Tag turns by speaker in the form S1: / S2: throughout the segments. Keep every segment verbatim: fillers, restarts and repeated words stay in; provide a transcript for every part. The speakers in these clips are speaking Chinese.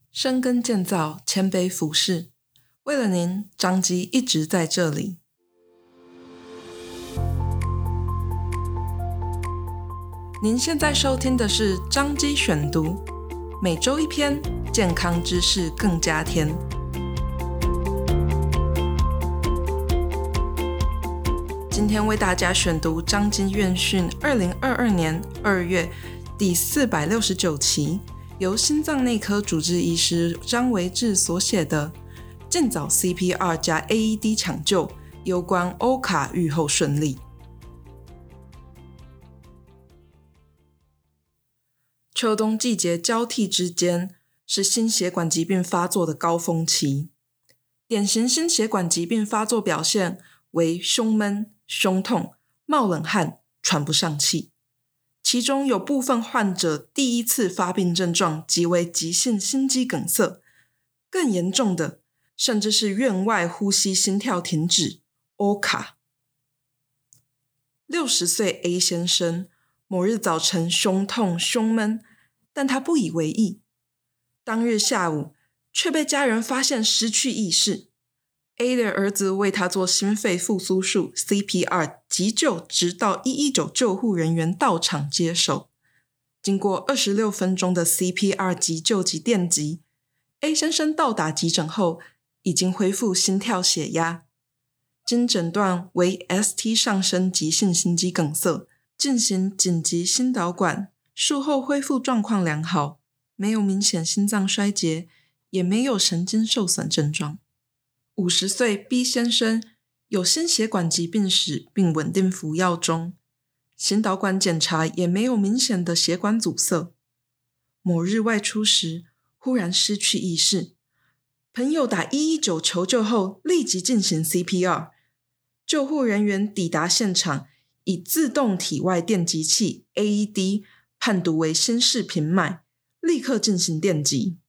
S1: 深耕建造，谦卑服侍。为了您，张基一直在这里。您现在收听的是张基选读，每周一篇，健康知识更加添。今天为大家选读张基院讯二零二二年二月第四百六十九期，由心脏内科主治医师张维志所写的《尽早 C P R 加 A E D 抢救，攸关欧卡预后顺利》。秋冬季节交替之间，是心血管疾病发作的高峰期。典型心血管疾病发作表现为胸闷、胸痛、冒冷汗、喘不上气。其中有部分患者第一次发病症状即为急性心肌梗塞，更严重的甚至是院外呼吸心跳停止 O 卡。六十岁 A 先生某日早晨胸痛胸闷，但他不以为意。当日下午却被家人发现失去意识。A 的儿子为他做心肺复苏术 C P R 急救，直到一一九救护人员到场接手。经过二十六分钟的 C P R 急救及电击， A 先生到达急诊后已经恢复心跳血压，经诊断为 S T 上升急性心肌梗塞，进行紧急心导管，术后恢复状况良好，没有明显心脏衰竭，也没有神经受损症状。五十岁 B 先生有心血管疾病史，并稳定服药中，心导管检查也没有明显的血管阻塞。某日外出时忽然失去意识，朋友打一一九求救后立即进行 C P R， 救护人员抵达现场，以自动体外电击器 A E D 判读为心室平脉，立刻进行电击。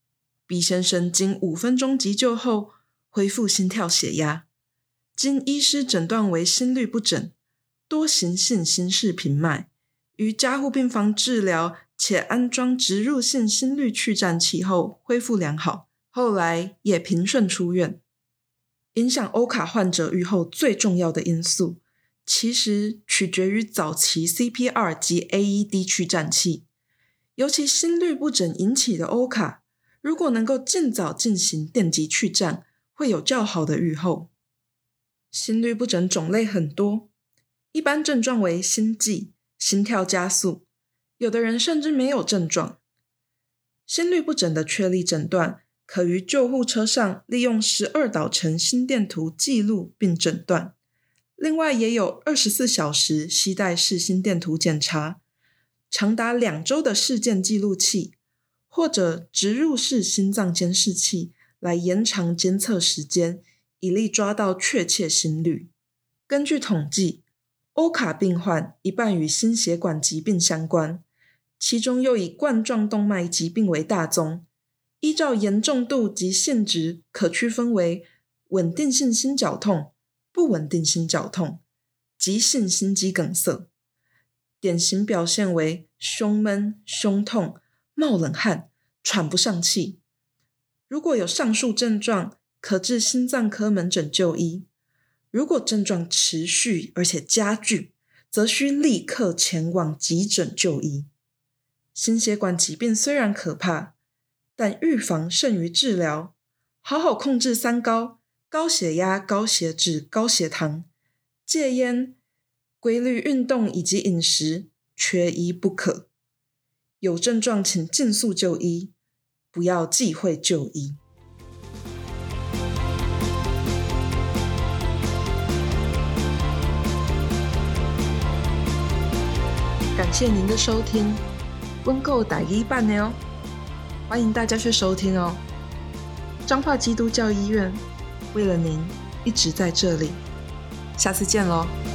S1: B 先生经五分钟急救后恢复心跳血压，经医师诊断为心律不整，多形性心室平脉，于加护病房治疗且安装植入性心律去颤器后恢复良好，后来也平顺出院。影响欧卡患者预后最重要的因素，其实取决于早期 C P R 及 A E D 去颤器。尤其心律不整引起的欧卡，如果能够尽早进行电击去颤，会有较好的预后。心律不整种类很多，一般症状为心悸、心跳加速，有的人甚至没有症状。心律不整的确立诊断，可于救护车上利用十二导程心电图记录并诊断。另外也有二十四小时携带式心电图检查，长达两周的事件记录器，或者植入式心脏监视器来延长监测时间，以利抓到确切心率。根据统计，欧卡病患一半与心血管疾病相关，其中又以冠状动脉疾病为大宗。依照严重度及性质，可区分为稳定性心绞痛、不稳定心绞痛、急性心肌梗塞。典型表现为胸闷、胸痛、冒冷汗、喘不上气。如果有上述症状，可至心脏科门诊就医。如果症状持续而且加剧，则需立刻前往急诊就医。心血管疾病虽然可怕，但预防胜于治疗。好好控制三高：高血压、高血脂、高血糖，戒烟、规律运动以及饮食，缺一不可。有症状请尽速就医，不要忌讳就医。感谢您的收听，温购打一半呢哦，欢迎大家去收听哦。彰化基督教医院，为了您一直在这里，下次见咯。